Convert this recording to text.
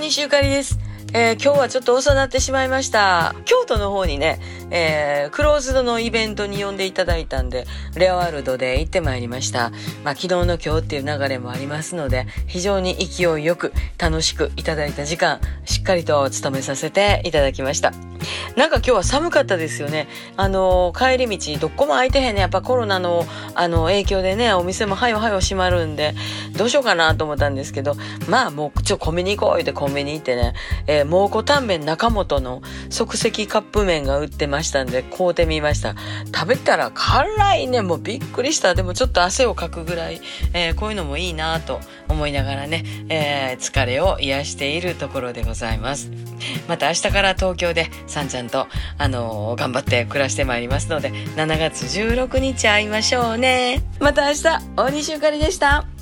西ゆかりです。今日はちょっと遅なってしまいました。京都の方にね、クローズドのイベントに呼んでいただいたんで、レアワールドで行ってまいりました。昨日の今日っていう流れもありますので、非常に勢いよく楽しくいただいた時間、しっかりと務めさせていただきました。なんか今日は寒かったですよね。帰り道どこも空いてへんね。やっぱコロナの影響でね、お店もはよ閉まるんで、どうしようかなと思ったんですけど、もうコンビニ行こう言ってコンビニ行ってね、蒙古タンメン中本の即席カップ麺が売ってましたんで買うてみました。食べたら辛いね。もうびっくりした。でもちょっと汗をかくぐらい、こういうのもいいなと思いながらね、疲れを癒しているところでございます。また明日から東京でさんちゃんと頑張って暮らしてまいりますので、7月16日会いましょうね。また明日、大西ゆかりでした。